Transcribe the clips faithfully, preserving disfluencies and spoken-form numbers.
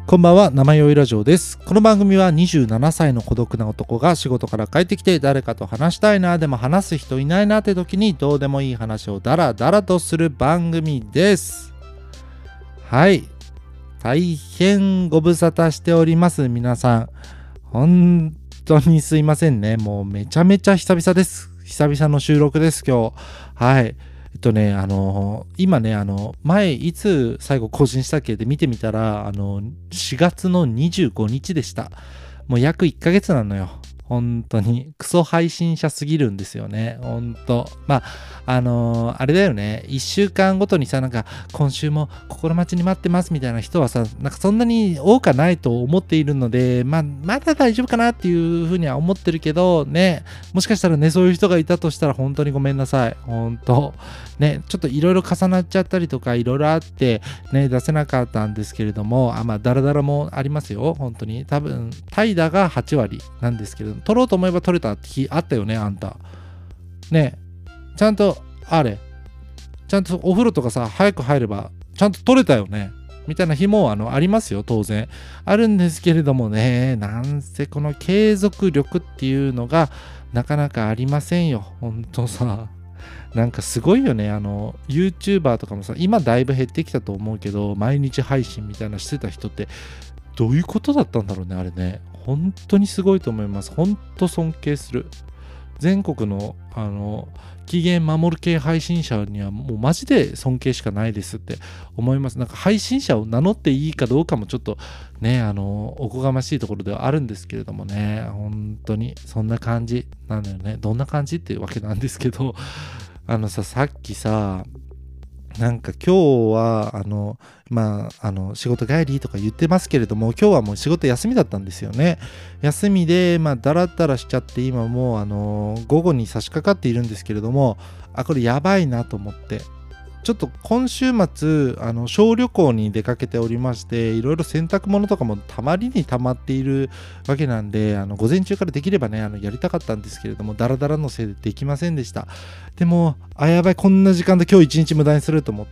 こんばんは、生酔いラジオです。この番組はにじゅうななさいの孤独な男が仕事から帰ってきて誰かと話したいな、でも話す人いないなって時にどうでもいい話をダラダラとする番組です。はい。大変ご無沙汰しております。皆さん。本当にすいませんね。もうめちゃめちゃ久々です。久々の収録です、今日。はい。えっとね、あのー今ね、あの、前いつ最後更新したっけで見てみたら、あの、しがつのにじゅうごにちでした。もう約いっかげつなのよ。本当に。クソ配信者すぎるんですよね。本当。まあ、あのーあれだよね。いっしゅうかんごとにさ、なんか、今週も心待ちに待ってますみたいな人はさ、なんかそんなに多くはないと思っているので、まあ、まだ大丈夫かなっていうふうには思ってるけど、ね、もしかしたらね、そういう人がいたとしたら本当にごめんなさい。本当。ね、ちょっといろいろ重なっちゃったりとか、いろいろあって、ね、出せなかったんですけれども、あ、まあ、ダラダラもありますよ。本当に。多分、怠惰がはちわりなんですけれども、取ろうと思えば取れた日あったよね、あんた。ね、ちゃんと、あれ、ちゃんとお風呂とかさ、早く入れば、ちゃんと取れたよね。みたいな日もあのありますよ、当然。あるんですけれどもね、なんせこの継続力っていうのがなかなかありませんよ。ほんとさ。なんかすごいよね。あの、YouTuber とかもさ、今だいぶ減ってきたと思うけど、毎日配信みたいなしてた人って、どういうことだったんだろうね、あれね。本当にすごいと思います。本当尊敬する。全国の、あの、機嫌守る系配信者にはもうマジで尊敬しかないですって思います。なんか配信者を名乗っていいかどうかもちょっとね、あの、おこがましいところではあるんですけれどもね、本当にそんな感じなんだよね。どんな感じっていうわけなんですけど、あのさ、さっきさ、なんか今日は、あの、まあ、あの、仕事帰りとか言ってますけれども、今日はもう仕事休みだったんですよね。休みで、まあ、だらだらしちゃって、今もう、あの、午後に差し掛かっているんですけれども、あ、これやばいなと思って。ちょっと今週末、あの、小旅行に出かけておりまして、いろいろ洗濯物とかもたまりにたまっているわけなんで、あの、午前中からできればね、あの、やりたかったんですけれども、ダラダラのせいでできませんでした。でも、あ、やばい、こんな時間で今日一日無駄にすると思って、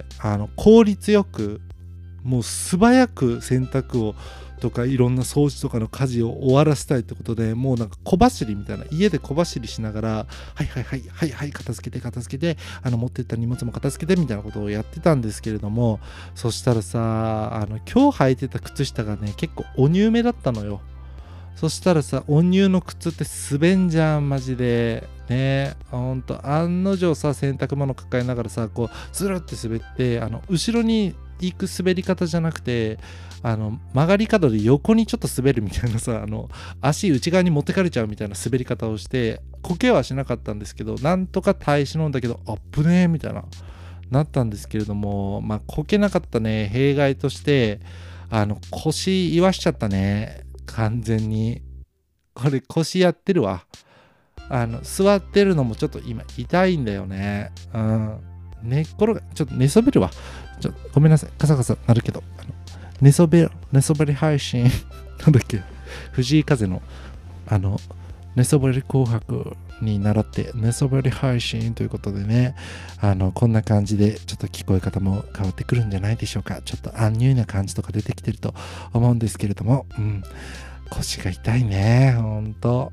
あの、効率よく、もう素早く洗濯を、とかいろんな掃除とかの家事を終わらせたいってことで、もうなんか小走りみたいな、家で小走りしながら、はいはいはいはいはい、片付けて片付けて、あの持ってった荷物も片付けてみたいなことをやってたんですけれども、そしたらさ、あの今日履いてた靴下がね、結構お乳目だったのよ。そしたらさ、お乳の靴って滑んじゃん、マジで。ね、ほんと、案の定さ、洗濯物抱えながらさ、こう、スルって滑って、あの、後ろに行く滑り方じゃなくて、あの、曲がり角で横にちょっと滑るみたいなさ、あの、足内側に持ってかれちゃうみたいな滑り方をして、こけはしなかったんですけど、なんとか耐え忍んだけど、あっぶねえみたいな、なったんですけれども、まあ、こけなかったね、弊害として、あの、腰言わしちゃったね。完全に。これ腰やってるわ。あの、座ってるのもちょっと今痛いんだよね。うん。寝っ転が、ちょっと寝そべるわ。ちょごめんなさい。カサカサなるけど。あの寝そべる、寝そべり配信。なんだっけ。藤井風の、あの、寝そべり紅白に習って寝そべり配信ということでね、あの、こんな感じでちょっと聞こえ方も変わってくるんじゃないでしょうか。ちょっとアンニュイな感じとか出てきてると思うんですけれども、うん。腰が痛いね、ほんと。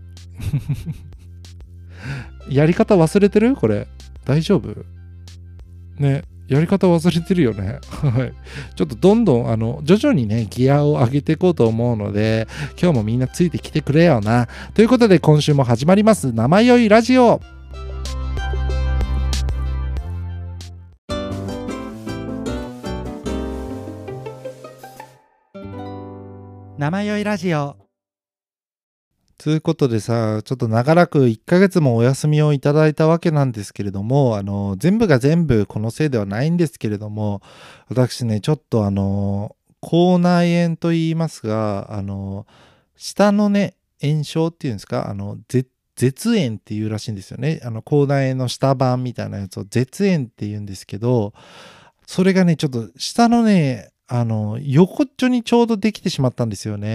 やり方忘れてるこれ。大丈夫ね。やり方忘れてるよね。はい。ちょっとどんどん、あの、徐々にね、ギアを上げていこうと思うので、今日もみんなついてきてくれよな。ということで、今週も始まります。生酔いラジオ。生酔いラジオ。ということでさ、ちょっと長らくいっかげつもお休みをいただいたわけなんですけれども、あの、全部が全部このせいではないんですけれども、私ね、ちょっとあの、口内炎と言いますが、あの、下のね、炎症っていうんですか、あの、ぜ舌炎っていうらしいんですよね。あの、口内炎の下版みたいなやつを舌炎って言うんですけど、それがね、ちょっと下のね、あの、横っちょにちょうどできてしまったんですよね。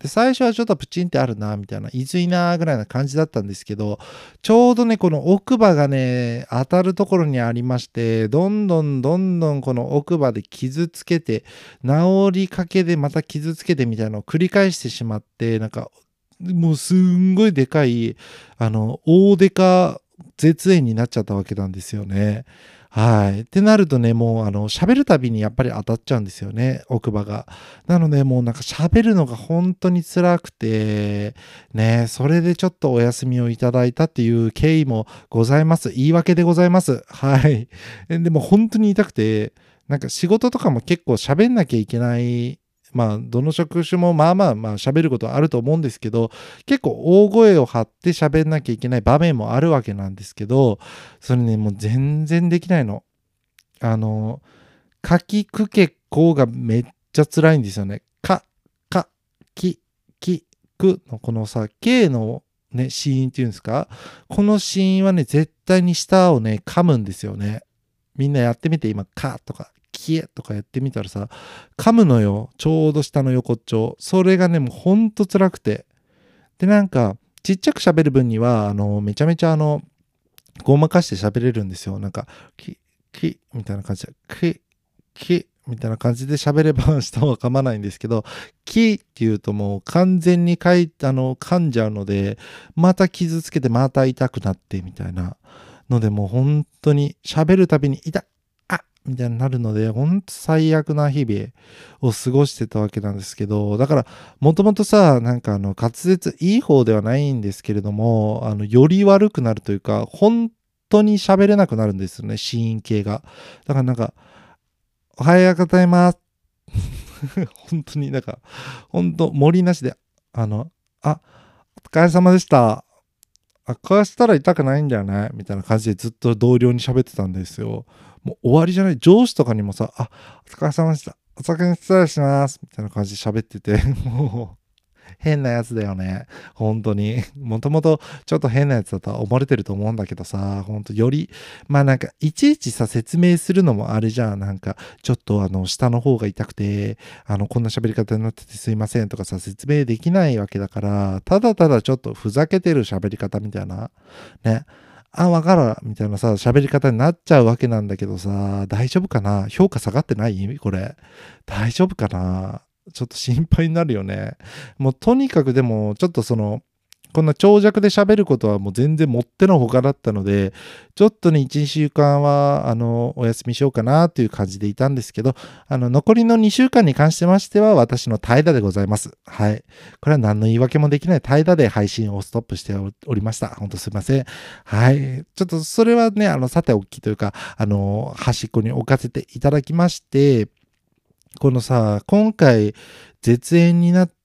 で、最初はちょっとプチンってあるな、みたいな、いずいな、ぐらいな感じだったんですけど、ちょうどね、この奥歯がね、当たるところにありまして、どんどんどんどんこの奥歯で傷つけて、治りかけでまた傷つけてみたいなのを繰り返してしまって、なんか、もうすんごいでかい、あの、大でか絶縁になっちゃったわけなんですよね。はい。ってなるとね、もうあの、喋るたびにやっぱり当たっちゃうんですよね、奥歯が。なので、もうなんか喋るのが本当に辛くて、ね、それでちょっとお休みをいただいたっていう経緯もございます。言い訳でございます。はい。えでも本当に痛くて、なんか仕事とかも結構喋んなきゃいけないまあ、どの職種もまあまあまあ喋ることはあると思うんですけど、結構大声を張って喋んなきゃいけない場面もあるわけなんですけど、それね、もう全然できないの。あの、かきくけこがめっちゃ辛いんですよね。か、か、き、き、くのこのさ、K のね、子音っていうんですか、この子音はね、絶対に舌をね、噛むんですよね。みんなやってみて、今、かとか、きえとかやってみたらさ、噛むのよ。ちょうど下の横っちょ。それがね、もうほんと辛くて。で、なんか、ちっちゃく喋る分には、あの、めちゃめちゃあの、ごまかして喋れるんですよ。なんか、き、き、みたいな感じで、き、き、みたいな感じで喋れば舌は噛まないんですけど、きっていうともう完全にかいあの噛んじゃうので、また傷つけてまた痛くなってみたいなので、もう本当に喋るたびに痛っあっみたいになるので、本当最悪な日々を過ごしてたわけなんですけど、だからもともとさ、なんかあの滑舌いい方ではないんですけれども、あのより悪くなるというか、本当に喋れなくなるんですよね、子音系が。だからなんか、おはようございます。本当になんか、本当森なしで、あの、あ、お疲れ様でした。あ、こうしたら痛くないんだよね。みたいな感じでずっと同僚に喋ってたんですよ。もう終わりじゃない。上司とかにもさ、あ、お疲れ様でした。お先に失礼します。みたいな感じで喋ってて、もう、変なやつだよね。本当に。もともとちょっと変なやつだとは思われてると思うんだけどさ、本当より、まあなんか、いちいちさ、説明するのもあれじゃん。なんか、ちょっとあの、下の方が痛くて、あの、こんな喋り方になっててすいませんとかさ、説明できないわけだから、ただただちょっとふざけてる喋り方みたいな。ね。あ、わかるみたいなさ、喋り方になっちゃうわけなんだけどさ、大丈夫かな評価下がってないこれ。大丈夫かなちょっと心配になるよね。もうとにかくでも、ちょっとその、こんな長尺で喋ることはもう全然もってのほかだったので、ちょっとね、いち、にしゅうかんは、あの、お休みしようかなという感じでいたんですけど、あの、残りのにしゅうかんに関してましては、私の怠惰でございます。はい。これは何の言い訳もできない怠惰で配信をストップしておりました。ほんとすいません。はい。ちょっとそれはね、あの、さておきというか、あの、端っこに置かせていただきまして、このさ、今回、絶縁になって、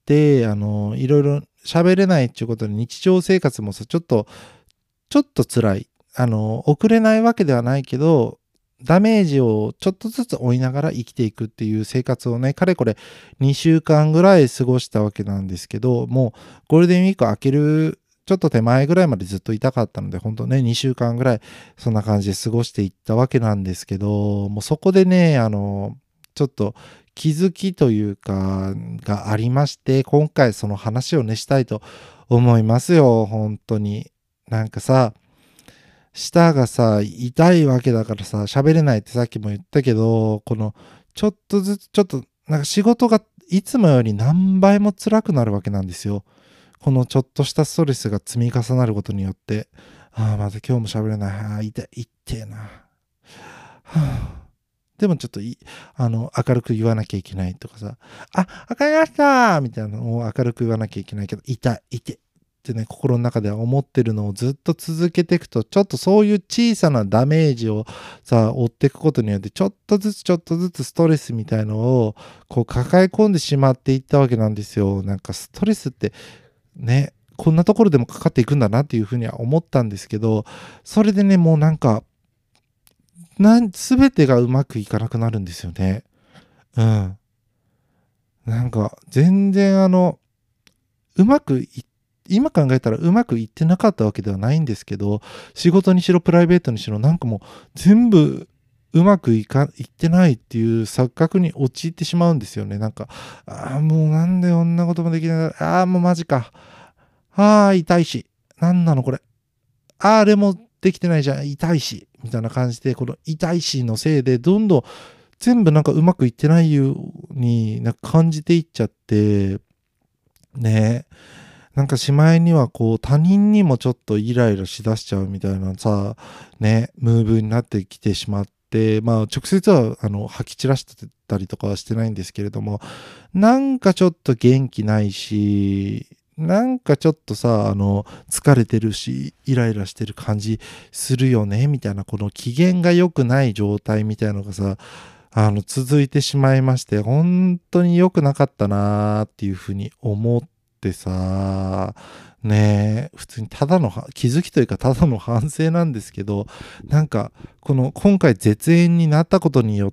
あの、いろいろ喋れないっていうことで、日常生活もさ、ちょっと、ちょっと辛い。あの、遅れないわけではないけど、ダメージをちょっとずつ負いながら生きていくっていう生活をね、かれこれにしゅうかんぐらい過ごしたわけなんですけど、もうゴールデンウィーク明けるちょっと手前ぐらいまでずっと痛かったので、ほんとね、にしゅうかんぐらいそんな感じで過ごしていったわけなんですけど、もうそこでね、あの、ちょっと気づきというか、がありまして、今回その話をね、したいと思いますよ、本当に。なんかさ、舌がさ、痛いわけだからさ、喋れないってさっきも言ったけど、この、ちょっとずつ、ちょっと、なんか仕事がいつもより何倍も辛くなるわけなんですよ。このちょっとしたストレスが積み重なることによって、ああ、また今日も喋れない。ああ、痛い、痛いな。はあ、でもちょっといあの明るく言わなきゃいけないとかさ、あ、わかりましたみたいなのを明るく言わなきゃいけないけど、痛い、痛いってね、心の中では思ってるのをずっと続けていくと、ちょっとそういう小さなダメージをさ、追っていくことによって、ちょっとずつちょっとずつストレスみたいのをこう抱え込んでしまっていったわけなんですよ。なんかストレスってね、こんなところでもかかっていくんだなっていうふうには思ったんですけど、それでね、もうなんか、なん全てがうまくいかなくなるんですよね。うん。なんか全然あの、うまくい今考えたらうまくいってなかったわけではないんですけど、仕事にしろプライベートにしろなんかもう全部うまくいかいってないっていう錯覚に陥ってしまうんですよね。なんか、ああ、もうなんでこんなこともできない。ああ、もうマジか。ああ、痛いし。なんなのこれ。ああ、あれもできてないじゃん。痛いし。みたいな感じで、この痛いしのせいで、どんどん全部なんかうまくいってないようになんか感じていっちゃって、ね。なんかしまいにはこう他人にもちょっとイライラしだしちゃうみたいなさ、ね、ムーブになってきてしまって、まあ直接はあの吐き散らしてたりとかはしてないんですけれども、なんかちょっと元気ないし、なんかちょっとさ、あの、疲れてるし、イライラしてる感じするよね、みたいな、この機嫌が良くない状態みたいなのがさ、あの、続いてしまいまして、本当に良くなかったなーっていうふうに思ってさ、ねえ、普通にただのは気づきというかただの反省なんですけど、なんか、この今回絶縁になったことによって、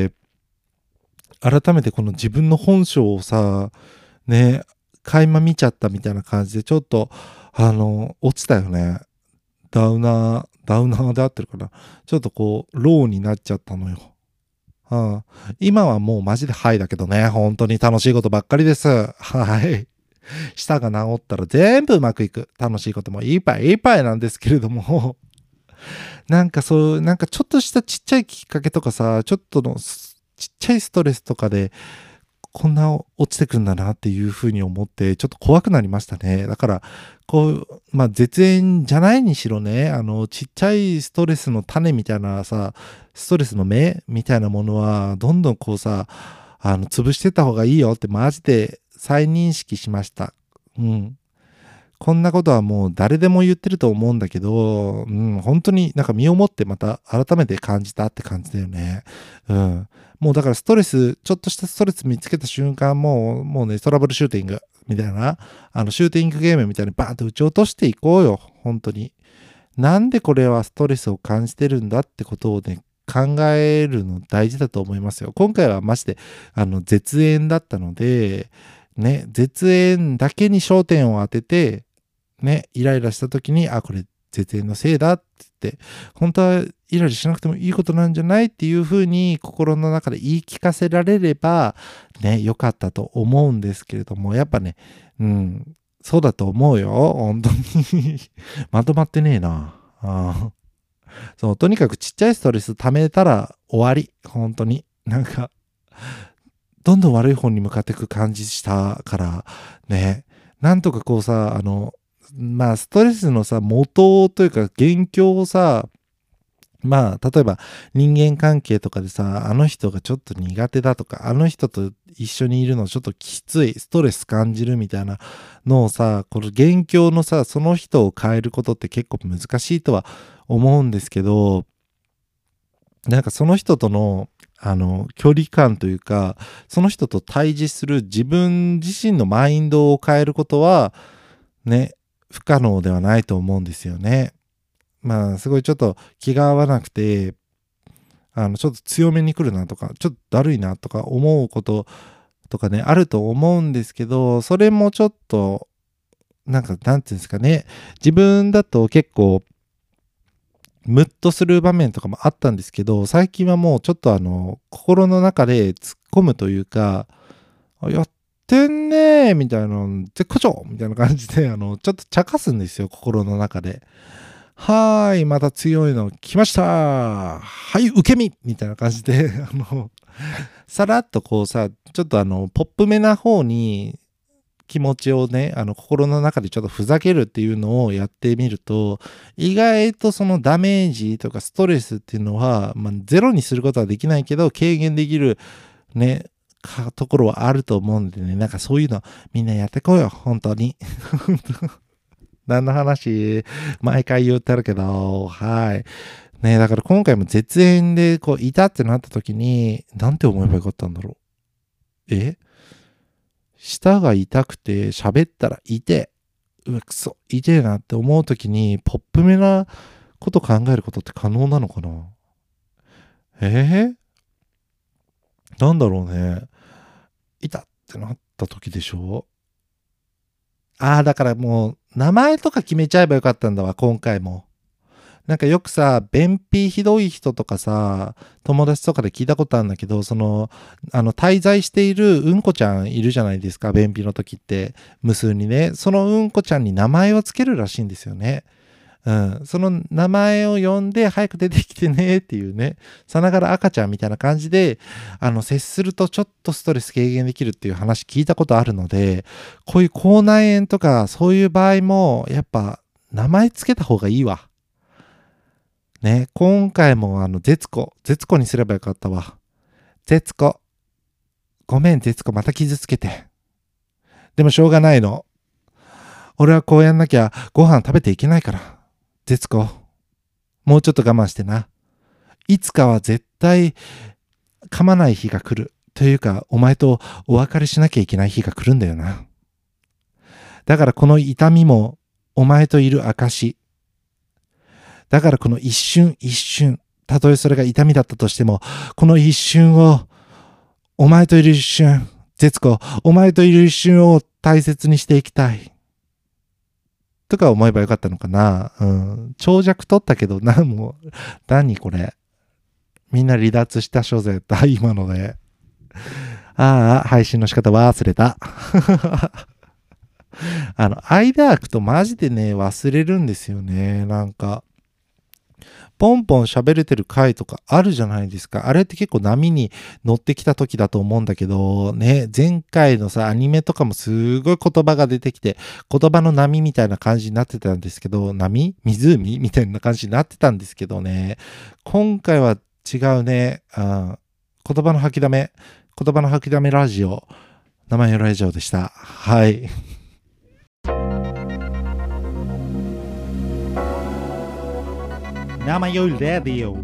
改めてこの自分の本性をさ、ね、垣間見ちゃったみたいな感じで、ちょっと、あの、落ちたよね。ダウナー、ダウナーで合ってるかな。ちょっとこう、ローになっちゃったのよ。うん、今はもうマジでハイだけどね、本当に楽しいことばっかりです。はい。舌が治ったら全部うまくいく。楽しいこともいっぱいいっぱいなんですけれども、なんかそう、なんかちょっとしたちっちゃいきっかけとかさ、ちょっとのちっちゃいストレスとかで、こんな落ちてくんだなっていうふうに思って、ちょっと怖くなりましたね。だから、こう、まあ、絶縁じゃないにしろね、あの、ちっちゃいストレスの種みたいなさ、ストレスの芽みたいなものは、どんどんこうさ、あの、潰してった方がいいよってマジで再認識しました。うん。こんなことはもう誰でも言ってると思うんだけど、うん、本当になんか身をもってまた改めて感じたって感じだよね。うん。もうだからストレス、ちょっとしたストレス見つけた瞬間、もう、もうね、トラブルシューティングみたいな、あの、シューティングゲームみたいにバーンと撃ち落としていこうよ。本当に。なんでこれはストレスを感じてるんだってことをね、考えるの大事だと思いますよ。今回はまして、あの、絶縁だったので、ね、絶縁だけに焦点を当てて、ね、イライラした時に、あ、これ絶縁のせいだって言って、本当はイライラしなくてもいいことなんじゃないっていうふうに心の中で言い聞かせられれば、ね、良かったと思うんですけれども、やっぱね、うん、そうだと思うよ。本当にまとまってねえな。あそう、とにかくちっちゃいストレス溜めたら終わり。本当に。なんか、どんどん悪い方に向かっていく感じしたから、ね。なんとかこうさ、あの、まあ、ストレスのさ、元というか、元凶をさ、まあ、例えば人間関係とかでさ、あの人がちょっと苦手だとか、あの人と一緒にいるのちょっときつい、ストレス感じるみたいなのをさ、この元凶のさ、その人を変えることって結構難しいとは思うんですけど、なんかその人との、あの、距離感というか、その人と対峙する自分自身のマインドを変えることは、ね、不可能ではないと思うんですよね。まあ、すごいちょっと気が合わなくて、あの、ちょっと強めに来るなとか、ちょっとだるいなとか思うこととかね、あると思うんですけど、それもちょっと、なんか、なんていうんですかね、自分だと結構、ムッとする場面とかもあったんですけど、最近はもうちょっとあの、心の中で突っ込むというか、あやってんねーみたいな、絶好調みたいな感じで、あの、ちょっと茶化すんですよ、心の中で。はーい、また強いの来ましたはい、受け身みたいな感じで、あの、さらっとこうさ、ちょっとあの、ポップめな方に気持ちをね、あの、心の中でちょっとふざけるっていうのをやってみると、意外とそのダメージとかストレスっていうのは、まあ、ゼロにすることはできないけど、軽減できるね、かところはあると思うんでね、なんかそういうのみんなやってこうよ、本当に。何の話、毎回言ってるけど、はい。ねだから今回も絶縁でこういたってなった時に、なんて思えばよかったんだろう。え舌が痛くて喋ったら痛え。うわ、くそ、痛えなって思う時に、ポップめなこと考えることって可能なのかな。えー、なんだろうね。痛ってなった時でしょ。ああ、だからもう、名前とか決めちゃえばよかったんだわ、今回も。 なんかよくさ、便秘ひどい人とかさ、友達とかで聞いたことあるんだけど、その、あの、滞在しているうんこちゃんいるじゃないですか、便秘の時って、無数にね。そのうんこちゃんに名前をつけるらしいんですよね。うん。その名前を呼んで、早く出てきてねっていうね、さながら赤ちゃんみたいな感じで、あの、接するとちょっとストレス軽減できるっていう話聞いたことあるので、こういう口内炎とか、そういう場合も、やっぱ、名前つけた方がいいわ。ね、今回もあの、絶子、絶子にすればよかったわ。絶子。ごめん、絶子、また傷つけて。でもしょうがないの。俺はこうやんなきゃご飯食べていけないから。絶子。もうちょっと我慢してな。いつかは絶対噛まない日が来る。というか、お前とお別れしなきゃいけない日が来るんだよな。だからこの痛みもお前といる証。だからこの一瞬一瞬、たとえそれが痛みだったとしても、この一瞬を、お前といる一瞬、絶子、お前といる一瞬を大切にしていきたい。とか思えばよかったのかな。うん。長尺取ったけど、な、もう、何これ。みんな離脱した所在だ、今ので。ああ、配信の仕方忘れた。あの、間空くとマジでね、忘れるんですよね。なんか。ポンポン喋れてる回とかあるじゃないですか。あれって結構波に乗ってきた時だと思うんだけど、ね、前回のさ、アニメとかもすごい言葉が出てきて、言葉の波みたいな感じになってたんですけど、波湖みたいな感じになってたんですけどね、今回は違うね。あ、言葉の吐きだめ、言葉の吐きだめラジオ、名前のラジオでした。はい。生よいレディオ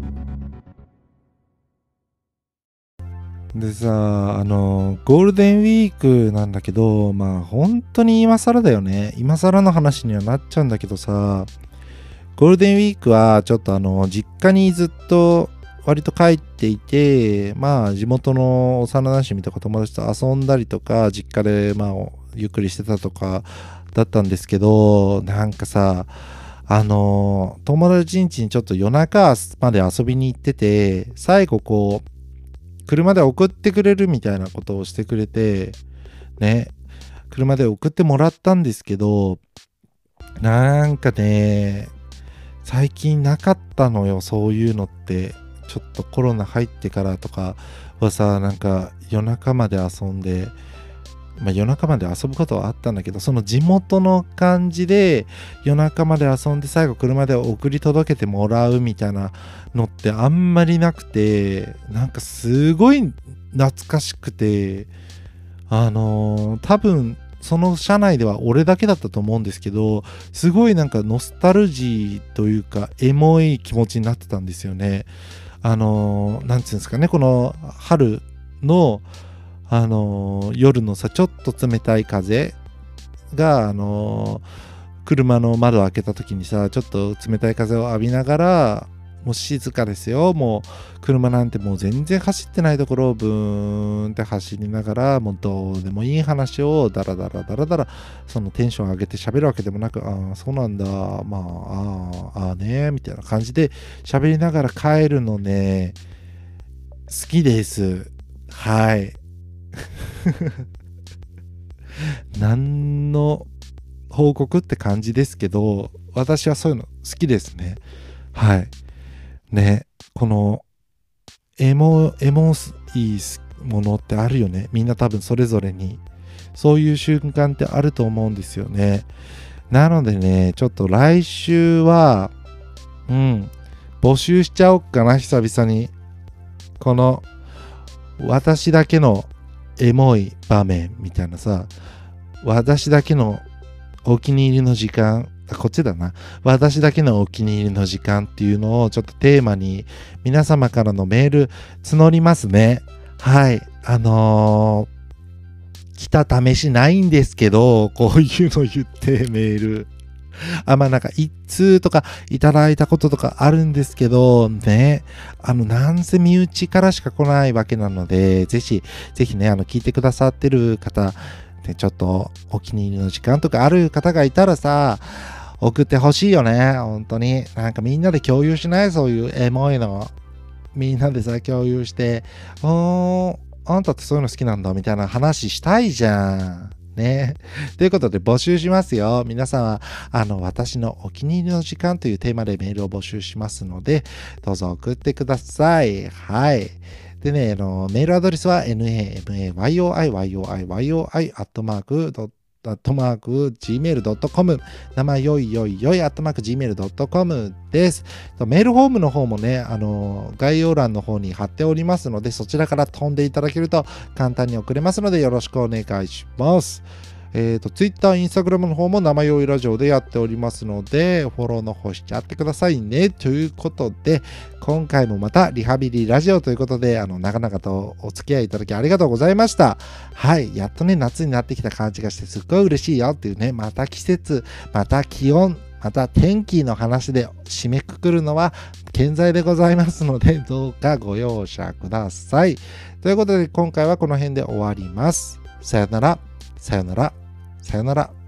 でさ、あのゴールデンウィークなんだけど、まあ本当に今更だよね。今更の話にはなっちゃうんだけどさ、ゴールデンウィークはちょっとあの実家にずっと割と帰っていて、まあ地元の幼馴染とか友達と遊んだりとか、実家でまあゆっくりしてたとかだったんですけど、なんかさ、あのー友達ん家にちょっと夜中まで遊びに行ってて、最後こう、車で送ってくれるみたいなことをしてくれて、ね、車で送ってもらったんですけど、なんかね、最近なかったのよ、そういうのって。ちょっとコロナ入ってからとかはさ、なんか夜中まで遊んで、まあ、夜中まで遊ぶことはあったんだけど、その地元の感じで夜中まで遊んで最後車で送り届けてもらうみたいなのってあんまりなくて、なんかすごい懐かしくて、あのー多分その車内では俺だけだったと思うんですけど、すごいなんかノスタルジーというかエモい気持ちになってたんですよね。あのーなんていうんですかね、この春のあのー夜のさ、ちょっと冷たい風が、あのー車の窓を開けた時にさ、ちょっと冷たい風を浴びながら、もう静かですよ。もう車なんてもう全然走ってないところをブーンって走りながら、もうどうでもいい話をダラダラダラダラ、そのテンション上げて喋るわけでもなく、ああ、そうなんだ、まあ、ああ、ああね、みたいな感じで喋りながら帰るのね、好きです。はい。何の報告って感じですけど、私はそういうの好きですね。はい。ね、このエモ、エモいいものってあるよね。みんな多分それぞれに。そういう瞬間ってあると思うんですよね。なのでね、ちょっと来週は、うん、募集しちゃおうかな、久々に。この、私だけのエモい場面みたいなさ、私だけのお気に入りの時間、あ、こっちだな。私だけのお気に入りの時間っていうのをちょっとテーマに皆様からのメール募りますね。はい。あのー、来た試しないんですけど、こういうの言ってメール。あ、まあなんか一通とかいただいたこととかあるんですけど、ね、あの、なんせ身内からしか来ないわけなので、ぜひ、ぜひね、あの、聞いてくださってる方、ね、ちょっとお気に入りの時間とかある方がいたらさ、 送ってほしいよね。本当に。なんかみんなで共有しない？そういうエモいの。みんなでさ、共有して、おー、あんたってそういうの好きなんだみたいな話したいじゃん。ね。ということで募集しますよ。皆さんは、あの、私のお気に入りの時間というテーマでメールを募集しますので、どうぞ送ってください。はい。でね、あの、メールアドレスは ナマヨイヨイヨイアットマークドットアットマーク ジーメールドットコム 生よいよいよいアットマーク ジーメールドットコム です。メールフォームの方もね、あの概要欄の方に貼っておりますので、そちらから飛んでいただけると簡単に送れますのでよろしくお願いします。えっと、Twitter、Instagram の方も生用意ラジオでやっておりますので、フォローの方しちゃってくださいね。ということで、今回もまたリハビリラジオということで、あの、長々とお付き合いいただきありがとうございました。はい、やっとね、夏になってきた感じがして、すっごい嬉しいよっていうね、また季節、また気温、また天気の話で締めくくるのは健在でございますので、どうかご容赦ください。ということで、今回はこの辺で終わります。さよなら、さよなら、さよなら。